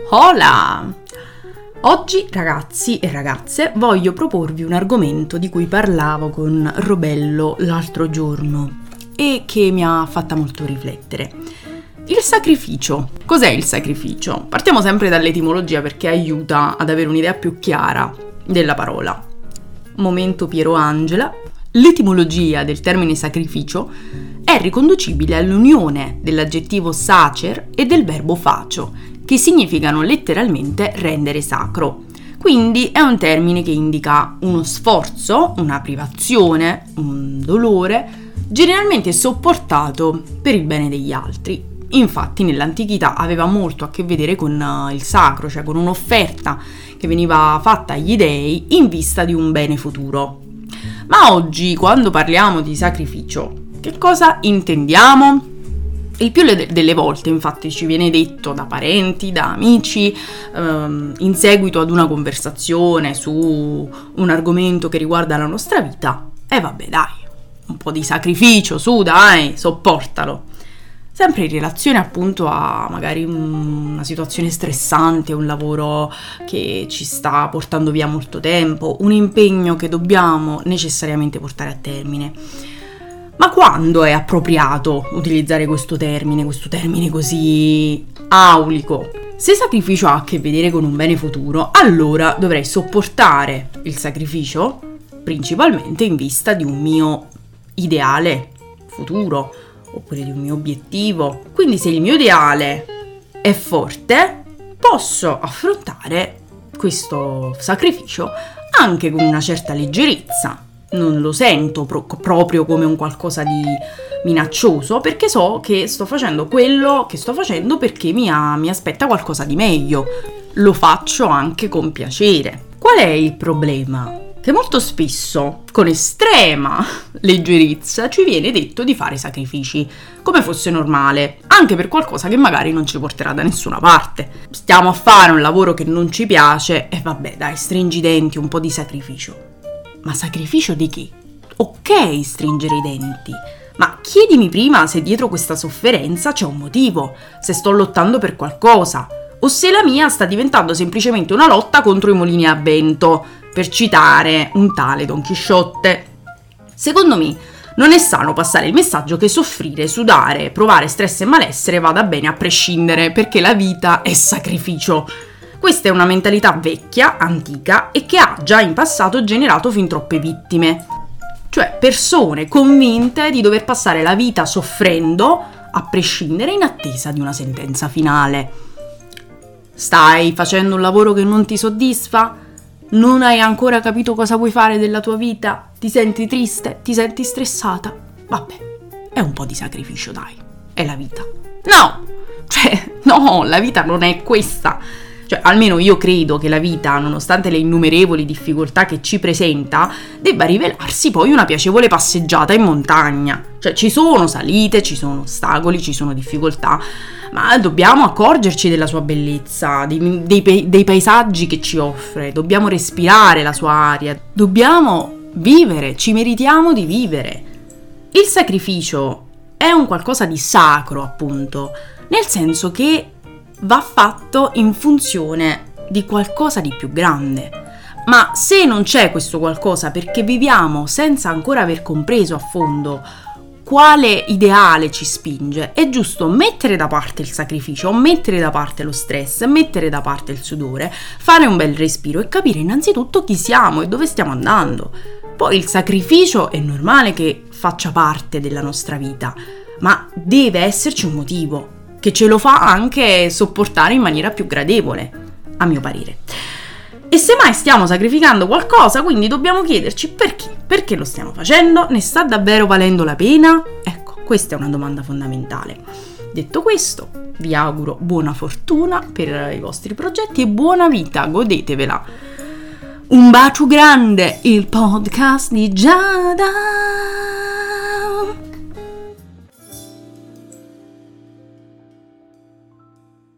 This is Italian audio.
Hola! Oggi, ragazzi e ragazze, voglio proporvi un argomento di cui parlavo con Robello l'altro giorno e che mi ha fatta molto riflettere. Il sacrificio. Cos'è il sacrificio? Partiamo sempre dall'etimologia perché aiuta ad avere un'idea più chiara della parola. Momento Piero Angela. L'etimologia del termine sacrificio è riconducibile all'unione dell'aggettivo sacer e del verbo facio, che significano letteralmente rendere sacro. Quindi è un termine che indica uno sforzo, una privazione, un dolore, generalmente sopportato per il bene degli altri. Infatti nell'antichità aveva molto a che vedere con il sacro, cioè con un'offerta che veniva fatta agli dei in vista di un bene futuro. Ma oggi, quando parliamo di sacrificio, che cosa intendiamo? Il più delle volte, infatti, ci viene detto da parenti, da amici, in seguito ad una conversazione su un argomento che riguarda la nostra vita, vabbè dai, un po' di sacrificio, su dai, sopportalo. Sempre in relazione appunto a magari una situazione stressante, un lavoro che ci sta portando via molto tempo, un impegno che dobbiamo necessariamente portare a termine. Ma quando è appropriato utilizzare questo termine così aulico? Se sacrificio ha a che vedere con un bene futuro, allora dovrei sopportare il sacrificio principalmente in vista di un mio ideale futuro, oppure di un mio obiettivo. Quindi se il mio ideale è forte, posso affrontare questo sacrificio anche con una certa leggerezza. Non lo sento proprio come un qualcosa di minaccioso, perché so che sto facendo quello che sto facendo perché mi aspetta qualcosa di meglio. Lo faccio anche con piacere. Qual è il problema? Che molto spesso, con estrema leggerezza, ci viene detto di fare sacrifici, come fosse normale, anche per qualcosa che magari non ci porterà da nessuna parte. Stiamo a fare un lavoro che non ci piace e vabbè dai, stringi i denti, un po' di sacrificio. Ma sacrificio di che? Ok, stringere i denti, ma chiedimi prima se dietro questa sofferenza c'è un motivo, se sto lottando per qualcosa, o se la mia sta diventando semplicemente una lotta contro i mulini a vento, per citare un tale Don Chisciotte. Secondo me non è sano passare il messaggio che soffrire, sudare, provare stress e malessere vada bene a prescindere, perché la vita è sacrificio. Questa è una mentalità vecchia, antica e che ha già in passato generato fin troppe vittime. Cioè persone convinte di dover passare la vita soffrendo, a prescindere, in attesa di una sentenza finale. Stai facendo un lavoro che non ti soddisfa? Non hai ancora capito cosa vuoi fare della tua vita? Ti senti triste? Ti senti stressata? Vabbè, è un po' di sacrificio, dai. È la vita. No, la vita non è questa. Cioè, almeno io credo che la vita, nonostante le innumerevoli difficoltà che ci presenta, debba rivelarsi poi una piacevole passeggiata in montagna. Cioè, ci sono salite, ci sono ostacoli, ci sono difficoltà, ma dobbiamo accorgerci della sua bellezza, dei paesaggi che ci offre, dobbiamo respirare la sua aria, dobbiamo vivere, ci meritiamo di vivere. Il sacrificio è un qualcosa di sacro, appunto, nel senso che va fatto in funzione di qualcosa di più grande. Ma se non c'è questo qualcosa perché viviamo senza ancora aver compreso a fondo quale ideale ci spinge, è giusto mettere da parte il sacrificio, mettere da parte lo stress, mettere da parte il sudore, fare un bel respiro e capire innanzitutto chi siamo e dove stiamo andando. Poi il sacrificio è normale che faccia parte della nostra vita, ma deve esserci un motivo che ce lo fa anche sopportare in maniera più gradevole, a mio parere. E se mai stiamo sacrificando qualcosa, quindi dobbiamo chiederci perché? Perché lo stiamo facendo? Ne sta davvero valendo la pena? Ecco, questa è una domanda fondamentale. Detto questo, vi auguro buona fortuna per i vostri progetti e buona vita, godetevela. Un bacio grande, il podcast di Giada.